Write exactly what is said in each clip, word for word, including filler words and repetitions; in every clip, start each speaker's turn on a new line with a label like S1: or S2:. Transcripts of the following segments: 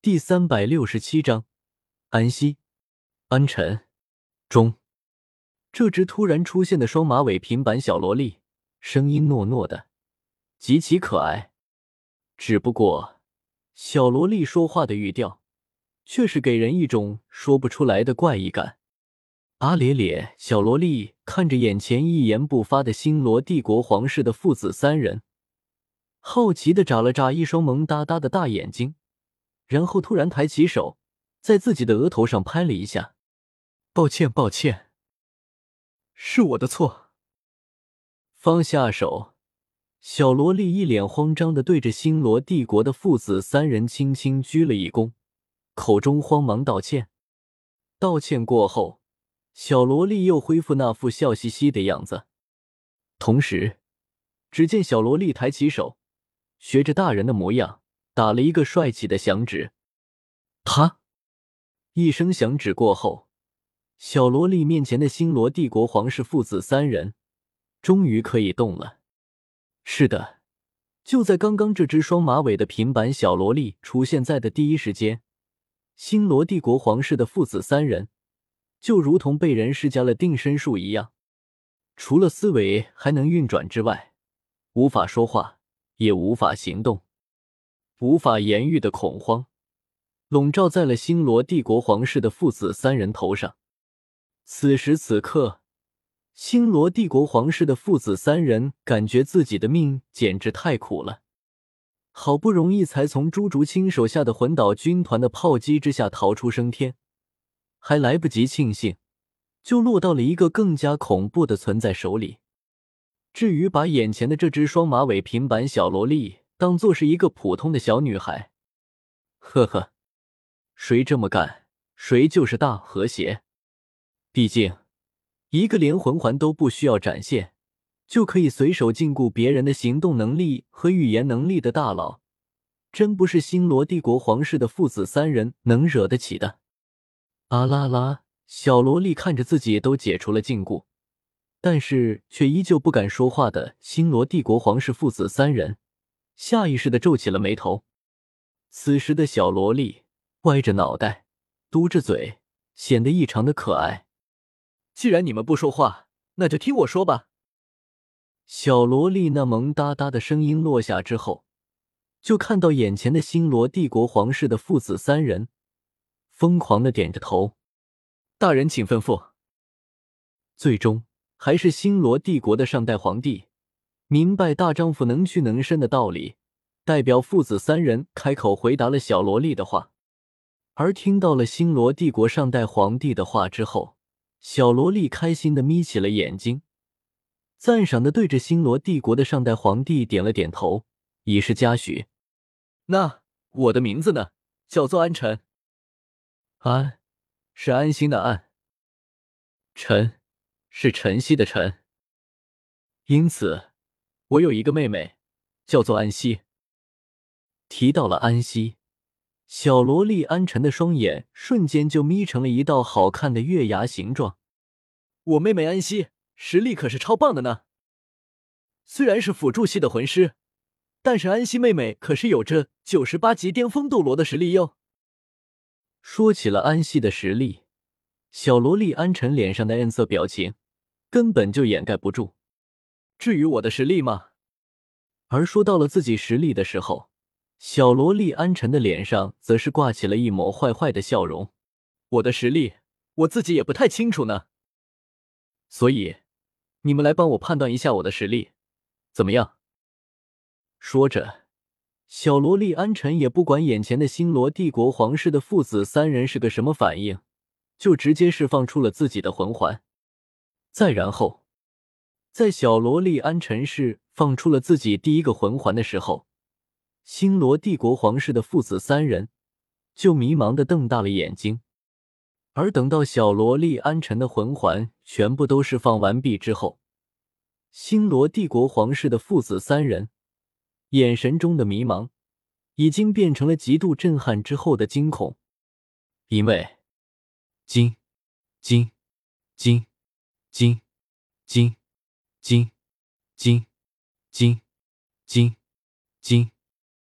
S1: 第三百六十七章，安息、安沉中。这只突然出现的双马尾平板小萝莉，声音糯糯的，极其可爱。只不过，小萝莉说话的语调，却是给人一种说不出来的怪异感。阿咧咧，小萝莉看着眼前一言不发的星罗帝国皇室的父子三人，好奇地眨了眨一双萌哒哒的大眼睛，然后突然抬起手，在自己的额头上拍了一下。抱歉，抱歉，是我的错。放下手，小萝莉一脸慌张地对着星罗帝国的父子三人轻轻鞠了一躬，口中慌忙道歉。道歉过后，小萝莉又恢复那副笑嘻嘻的样子。同时，只见小萝莉抬起手，学着大人的模样，打了一个帅气的响指。啪！一声响指过后，小萝莉面前的星罗帝国皇室父子三人终于可以动了。是的，就在刚刚这只双马尾的平板小萝莉出现在的第一时间，星罗帝国皇室的父子三人就如同被人施加了定身术一样，除了思维还能运转之外，无法说话，也无法行动，无法言喻的恐慌笼罩在了星罗帝国皇室的父子三人头上。此时此刻，星罗帝国皇室的父子三人感觉自己的命简直太苦了，好不容易才从朱竹清手下的魂岛军团的炮击之下逃出升天，还来不及庆幸，就落到了一个更加恐怖的存在手里。至于把眼前的这只双马尾平板小萝莉当作是一个普通的小女孩，呵呵，谁这么干，谁就是大和谐。毕竟，一个连魂环都不需要展现，就可以随手禁锢别人的行动能力和语言能力的大佬，真不是星罗帝国皇室的父子三人能惹得起的。啊啦啦，小萝莉看着自己都解除了禁锢，但是却依旧不敢说话的星罗帝国皇室父子三人，下意识地皱起了眉头。此时的小萝莉歪着脑袋，嘟着嘴，显得异常的可爱。既然你们不说话，那就听我说吧。小萝莉那萌哒哒的声音落下之后，就看到眼前的星罗帝国皇室的父子三人疯狂地点着头。大人请吩咐。最终还是星罗帝国的上代皇帝明白大丈夫能屈能伸的道理，代表父子三人开口回答了小萝莉的话。而听到了星罗帝国上代皇帝的话之后，小萝莉开心地眯起了眼睛，赞赏地对着星罗帝国的上代皇帝点了点头，以示嘉许。那我的名字呢？叫做安晨。安是安心的安，晨是晨曦的晨。因此，我有一个妹妹，叫做安息。提到了安息，小萝莉安晨的双眼瞬间就眯成了一道好看的月牙形状。我妹妹安息实力可是超棒的呢，虽然是辅助系的魂师，但是安息妹妹可是有着九十八级巅峰斗罗的实力哟。说起了安息的实力，小萝莉安晨脸上的暗色表情根本就掩盖不住。至于我的实力吗？而说到了自己实力的时候，小萝莉安晨的脸上则是挂起了一抹坏坏的笑容。我的实力，我自己也不太清楚呢。所以，你们来帮我判断一下我的实力，怎么样？说着，小萝莉安晨也不管眼前的星罗帝国皇室的父子三人是个什么反应，就直接释放出了自己的魂环。再然后，在小萝莉安晨释放出了自己第一个魂环的时候，星罗帝国皇室的父子三人就迷茫地瞪大了眼睛。而等到小萝莉安晨的魂环全部都释放完毕之后，星罗帝国皇室的父子三人眼神中的迷茫已经变成了极度震撼之后的惊恐。因为惊惊惊惊惊惊惊惊惊惊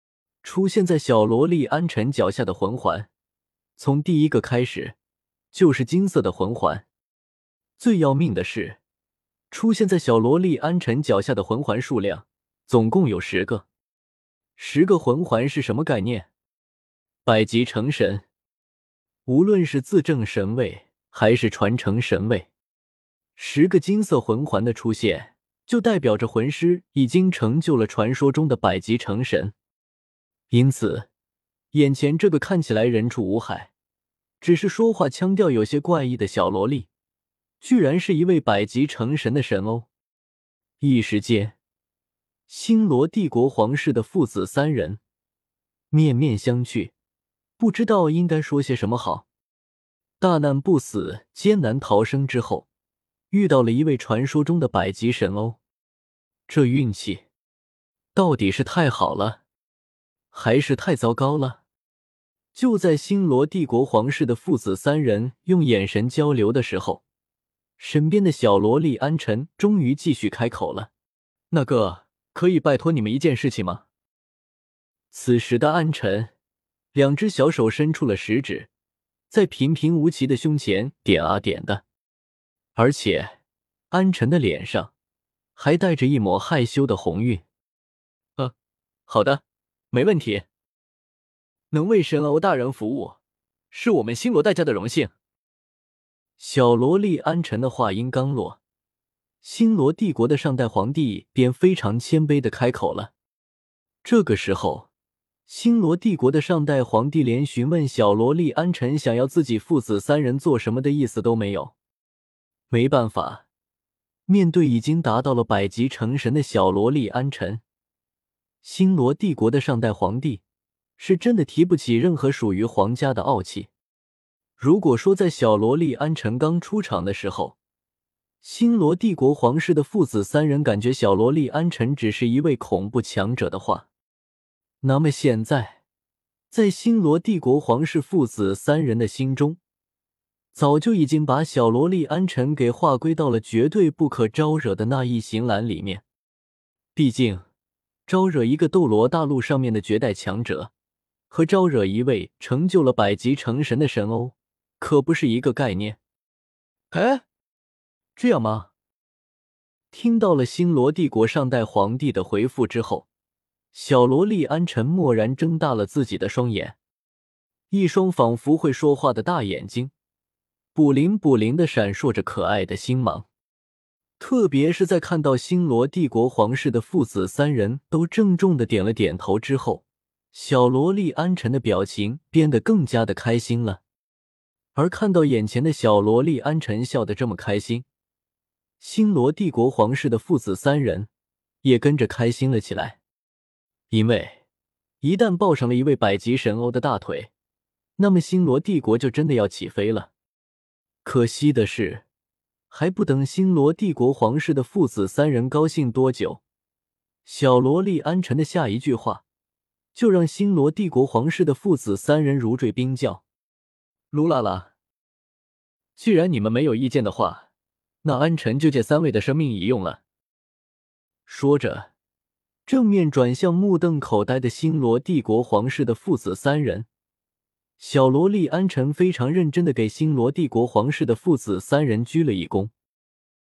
S1: 出现在小萝莉安晨脚下的魂环，从第一个开始就是金色的魂环。最要命的是，出现在小萝莉安晨脚下的魂环数量总共有十个。十个魂环是什么概念？百级成神，无论是自证神位还是传承神位，十个金色魂环的出现就代表着魂师已经成就了传说中的百级成神。因此眼前这个看起来人畜无害，只是说话腔调有些怪异的小萝莉，居然是一位百级成神的神欧。一时间，星罗帝国皇室的父子三人面面相觑，不知道应该说些什么好。大难不死，艰难逃生之后，遇到了一位传说中的百级神欧，这运气到底是太好了，还是太糟糕了？就在星罗帝国皇室的父子三人用眼神交流的时候，身边的小萝莉安晨终于继续开口了：“那个，可以拜托你们一件事情吗？”此时的安晨，两只小手伸出了食指，在平平无奇的胸前点啊点的，而且安晨的脸上还带着一抹害羞的红晕。呃，好的，没问题。能为神欧大人服务，是我们星罗代家的荣幸。小萝莉安晨的话音刚落，星罗帝国的上代皇帝便非常谦卑地开口了。这个时候，星罗帝国的上代皇帝连询问小萝莉安晨想要自己父子三人做什么的意思都没有。没办法，面对已经达到了百级成神的小萝莉安晨，星罗帝国的上代皇帝是真的提不起任何属于皇家的傲气。如果说在小萝莉安晨刚出场的时候，星罗帝国皇室的父子三人感觉小萝莉安晨只是一位恐怖强者的话，那么现在，在星罗帝国皇室父子三人的心中，早就已经把小萝莉安晨给划归到了绝对不可招惹的那一行栏里面。毕竟，招惹一个斗罗大陆上面的绝代强者，和招惹一位成就了百级成神的神欧，可不是一个概念。哎，这样吗？听到了星罗帝国上代皇帝的回复之后，小萝莉安晨蓦然睁大了自己的双眼，一双仿佛会说话的大眼睛补灵补灵地闪烁着可爱的星芒。特别是在看到星罗帝国皇室的父子三人都郑重地点了点头之后，小萝莉安晨的表情变得更加的开心了。而看到眼前的小萝莉安晨笑得这么开心，星罗帝国皇室的父子三人也跟着开心了起来。因为一旦抱上了一位百级神欧的大腿，那么星罗帝国就真的要起飞了。可惜的是，还不等星罗帝国皇室的父子三人高兴多久，小萝莉安晨的下一句话就让星罗帝国皇室的父子三人如坠冰窖。噜啦啦，既然你们没有意见的话，那安晨就借三位的生命一用了。说着，正面转向目瞪口呆的星罗帝国皇室的父子三人，小萝莉安晨非常认真地给星罗帝国皇室的父子三人鞠了一躬。